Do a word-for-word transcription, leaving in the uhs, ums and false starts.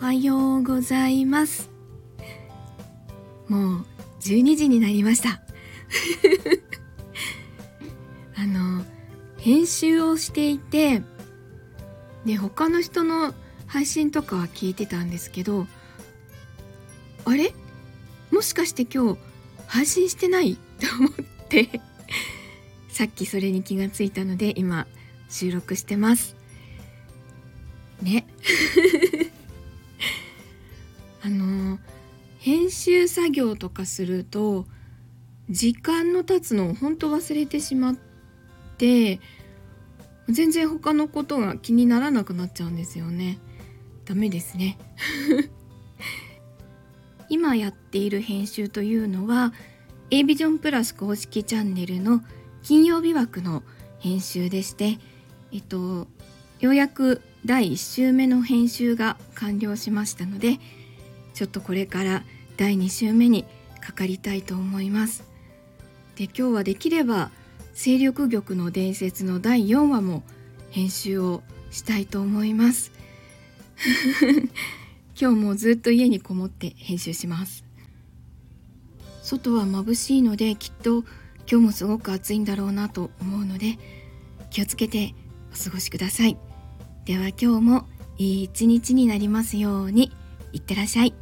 はようございます。もうじゅうにじになりましたあの編集をしていて、で他の人の配信とかは聞いてたんですけど、あれもしかして今日配信してないと思ってさっきそれに気がついたので今収録してますねあの編集作業とかすると時間の経つのを本当忘れてしまって、全然他のことが気にならなくなっちゃうんですよね。ダメですね今やっている編集というのは A ビジョンプラス公式チャンネルの金曜日枠の編集でして、えっとようやくだいいち週目の編集が完了しましたので、ちょっとこれからだいに週目にかかりたいと思います。で今日はできれば勢力玉の伝説のだいよんわも編集をしたいと思います今日もずっと家にこもって編集します。外は眩しいのできっと今日もすごく暑いんだろうなと思うので気をつけてお過ごしください。では今日もいい一日になりますように。いってらっしゃい。